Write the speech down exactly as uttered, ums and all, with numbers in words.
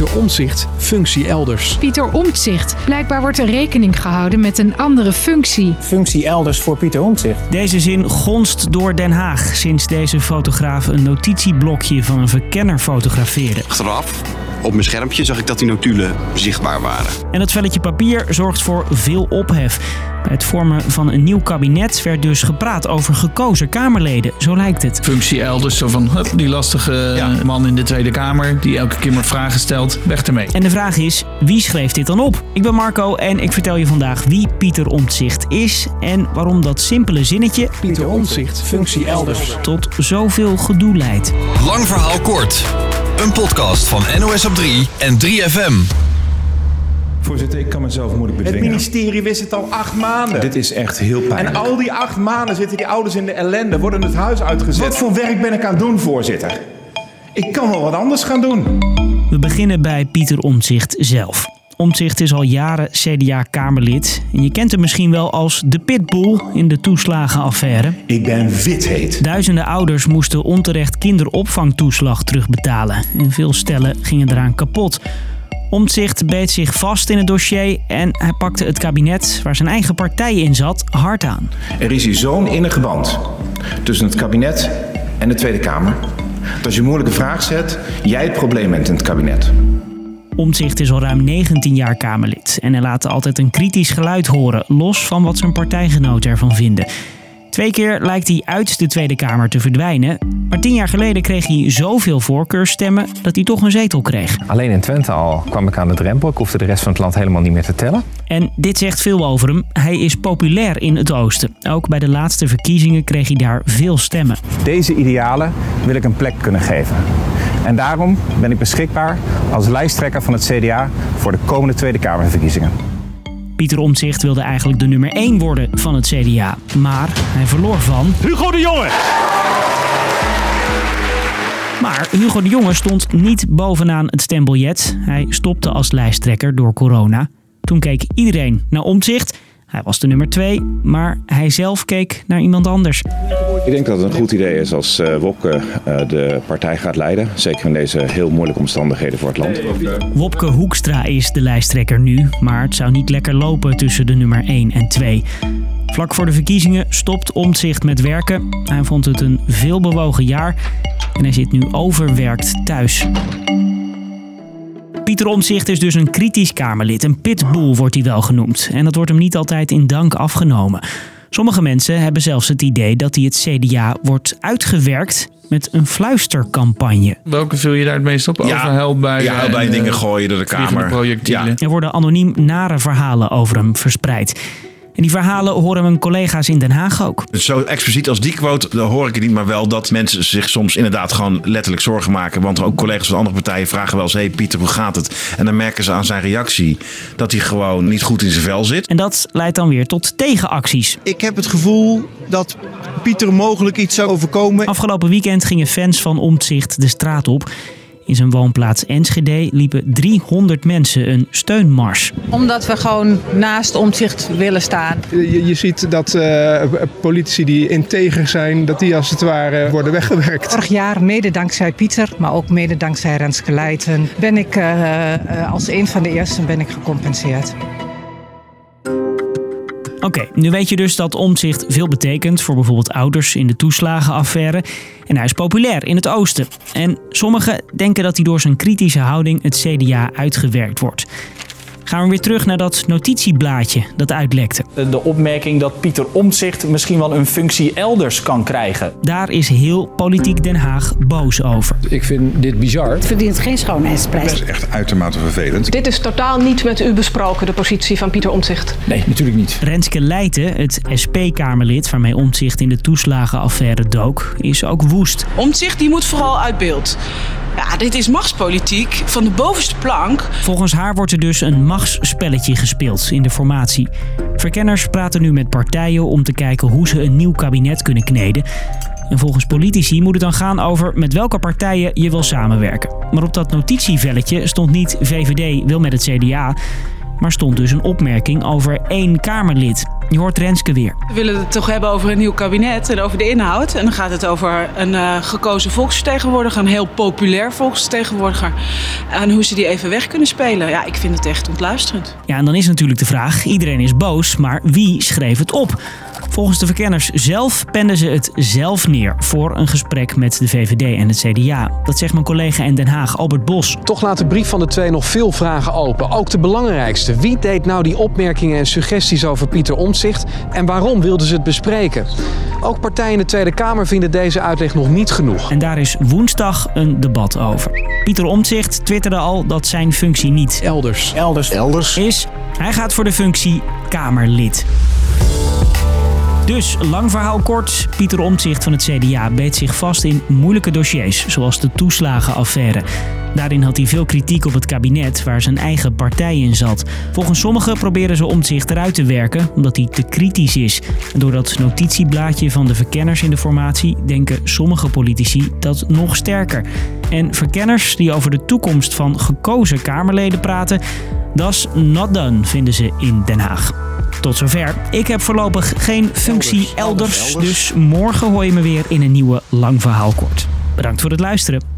Pieter Omtzigt functie elders. Pieter Omtzigt. Blijkbaar wordt er rekening gehouden met een andere functie. Functie elders voor Pieter Omtzigt. Deze zin gonst door Den Haag sinds deze fotograaf een notitieblokje van een verkenner fotografeerde. Achteraf, op mijn schermpje, zag ik dat die notulen zichtbaar waren. En dat velletje papier zorgt voor veel ophef. Bij het vormen van een nieuw kabinet werd dus gepraat over gekozen Kamerleden. Zo lijkt het. Functie elders, zo van hup, die lastige ja. man in de Tweede Kamer die elke keer maar vragen stelt. Weg ermee. En de vraag is, wie schreef dit dan op? Ik ben Marco en ik vertel je vandaag wie Pieter Omtzigt is en waarom dat simpele zinnetje Pieter Omtzigt functie elders tot zoveel gedoe leidt. Lang verhaal kort. Een podcast van N O S op drie en drie F M. Voorzitter, ik kan mezelf moeilijk bedwingen. Het ministerie wist het al acht maanden. Dit is echt heel pijnlijk. En al die acht maanden zitten die ouders in de ellende, worden het huis uitgezet. Wat voor werk ben ik aan het doen, voorzitter? Ik kan wel wat anders gaan doen. We beginnen bij Pieter Omtzigt zelf. Omtzigt is al jaren C D A-Kamerlid. En je kent hem misschien wel als de pitbull in de toeslagenaffaire. Ik ben wit-heet. Duizenden ouders moesten onterecht kinderopvangtoeslag terugbetalen. En veel stellen gingen eraan kapot. Omtzigt beet zich vast in het dossier en hij pakte het kabinet, waar zijn eigen partij in zat, hard aan. Er is hier zo'n innige band tussen het kabinet en de Tweede Kamer, dat als je een moeilijke vraag zet, jij het probleem bent in het kabinet. Omtzigt is al ruim negentien jaar Kamerlid en hij laat altijd een kritisch geluid horen, los van wat zijn partijgenoten ervan vinden. Twee keer lijkt hij uit de Tweede Kamer te verdwijnen. Maar tien jaar geleden kreeg hij zoveel voorkeursstemmen dat hij toch een zetel kreeg. Alleen in Twente al kwam ik aan de drempel. Ik hoefde de rest van het land helemaal niet meer te tellen. En dit zegt veel over hem. Hij is populair in het oosten. Ook bij de laatste verkiezingen kreeg hij daar veel stemmen. Deze idealen wil ik een plek kunnen geven. En daarom ben ik beschikbaar als lijsttrekker van het C D A voor de komende Tweede Kamerverkiezingen. Pieter Omtzigt wilde eigenlijk de nummer één worden van het C D A. Maar hij verloor van Hugo de Jonge! Maar Hugo de Jonge stond niet bovenaan het stembiljet. Hij stopte als lijsttrekker door corona. Toen keek iedereen naar Omtzigt. Hij was de nummer twee, maar hij zelf keek naar iemand anders. Ik denk dat het een goed idee is als uh, Wopke uh, de partij gaat leiden. Zeker in deze heel moeilijke omstandigheden voor het land. Wopke Hoekstra is de lijsttrekker nu, maar het zou niet lekker lopen tussen de nummer één en twee. Vlak voor de verkiezingen stopt Omtzigt met werken. Hij vond het een veelbewogen jaar en hij zit nu overwerkt thuis. Pieter Omtzigt is dus een kritisch Kamerlid. Een pitbull wordt hij wel genoemd. En dat wordt hem niet altijd in dank afgenomen. Sommige mensen hebben zelfs het idee dat hij het C D A wordt uitgewerkt met een fluistercampagne. Welke vul je daar het meest op? Ja, Overheilbuien ja, bij dingen gooien door de Kamer. Projectielen. Ja. Er worden anoniem nare verhalen over hem verspreid. En die verhalen horen mijn collega's in Den Haag ook. Zo expliciet als die quote, dan hoor ik het niet. Maar wel dat mensen zich soms inderdaad gewoon letterlijk zorgen maken. Want ook collega's van andere partijen vragen wel eens: hey Pieter, hoe gaat het? En dan merken ze aan zijn reactie dat hij gewoon niet goed in zijn vel zit. En dat leidt dan weer tot tegenacties. Ik heb het gevoel dat Pieter mogelijk iets zou overkomen. Afgelopen weekend gingen fans van Omtzigt de straat op. In zijn woonplaats Enschede liepen driehonderd mensen een steunmars. Omdat we gewoon naast Omtzigt willen staan. Je, je ziet dat uh, politici die integer zijn, dat die als het ware worden weggewerkt. Vorig jaar, mede dankzij Pieter, maar ook mede dankzij Renske Leijten, ben ik uh, uh, als een van de eersten ben ik gecompenseerd. Oké, okay, nu weet je dus dat Omtzigt veel betekent voor bijvoorbeeld ouders in de toeslagenaffaire. En hij is populair in het oosten. En sommigen denken dat hij door zijn kritische houding het C D A uitgewerkt wordt. Gaan we weer terug naar dat notitieblaadje dat uitlekte. De opmerking dat Pieter Omtzigt misschien wel een functie elders kan krijgen. Daar is heel politiek Den Haag boos over. Ik vind dit bizar. Het verdient geen schoonheidsprijs. Dat is echt uitermate vervelend. Dit is totaal niet met u besproken, de positie van Pieter Omtzigt. Nee, natuurlijk niet. Renske Leijten, het S P-Kamerlid waarmee Omtzigt in de toeslagenaffaire dook, is ook woest. Omtzigt die moet vooral uit beeld. Ja, dit is machtspolitiek van de bovenste plank. Volgens haar wordt er dus een machtsspelletje gespeeld in de formatie. Verkenners praten nu met partijen om te kijken hoe ze een nieuw kabinet kunnen kneden. En volgens politici moet het dan gaan over met welke partijen je wil samenwerken. Maar op dat notitievelletje stond niet V V D wil met het C D A, maar stond dus een opmerking over één Kamerlid. Je hoort Renske weer. We willen het toch hebben over een nieuw kabinet en over de inhoud. En dan gaat het over een uh, gekozen volksvertegenwoordiger, een heel populair volksvertegenwoordiger. En hoe ze die even weg kunnen spelen. Ja, ik vind het echt ontluisterend. Ja, en dan is natuurlijk de vraag, iedereen is boos, maar wie schreef het op? Volgens de verkenners zelf penden ze het zelf neer voor een gesprek met de V V D en het C D A. Dat zegt mijn collega in Den Haag, Albert Bos. Toch laat de brief van de twee nog veel vragen open. Ook de belangrijkste. Wie deed nou die opmerkingen en suggesties over Pieter Omtzigt en waarom wilden ze het bespreken? Ook partijen in de Tweede Kamer vinden deze uitleg nog niet genoeg. En daar is woensdag een debat over. Pieter Omtzigt twitterde al dat zijn functie niet elders, elders, elders is. Hij gaat voor de functie Kamerlid. Dus, lang verhaal kort, Pieter Omtzigt van het C D A beet zich vast in moeilijke dossiers, zoals de toeslagenaffaire. Daarin had hij veel kritiek op het kabinet waar zijn eigen partij in zat. Volgens sommigen proberen ze Omtzigt eruit te werken omdat hij te kritisch is. En door dat notitieblaadje van de verkenners in de formatie denken sommige politici dat nog sterker. En verkenners die over de toekomst van gekozen Kamerleden praten, dat is not done, vinden ze in Den Haag. Tot zover. Ik heb voorlopig geen functie elders, elders, elders. Dus morgen hoor je me weer in een nieuwe Lang Verhaal Kort. Bedankt voor het luisteren.